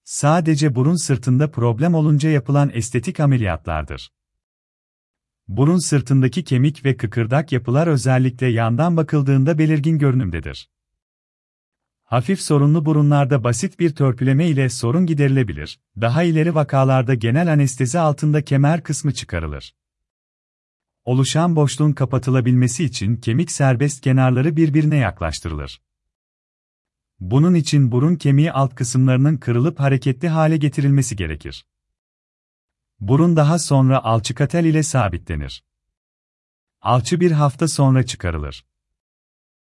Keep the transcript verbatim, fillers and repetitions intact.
Sadece burun sırtında problem olunca yapılan estetik ameliyatlardır. Burun sırtındaki kemik ve kıkırdak yapılar özellikle yandan bakıldığında belirgin görünümdedir. Hafif sorunlu burunlarda basit bir törpüleme ile sorun giderilebilir, daha ileri vakalarda genel anestezi altında kemer kısmı çıkarılır. Oluşan boşluğun kapatılabilmesi için kemik serbest kenarları birbirine yaklaştırılır. Bunun için burun kemiği alt kısımlarının kırılıp hareketli hale getirilmesi gerekir. Burun daha sonra alçıkatel ile sabitlenir. Alçı bir hafta sonra çıkarılır.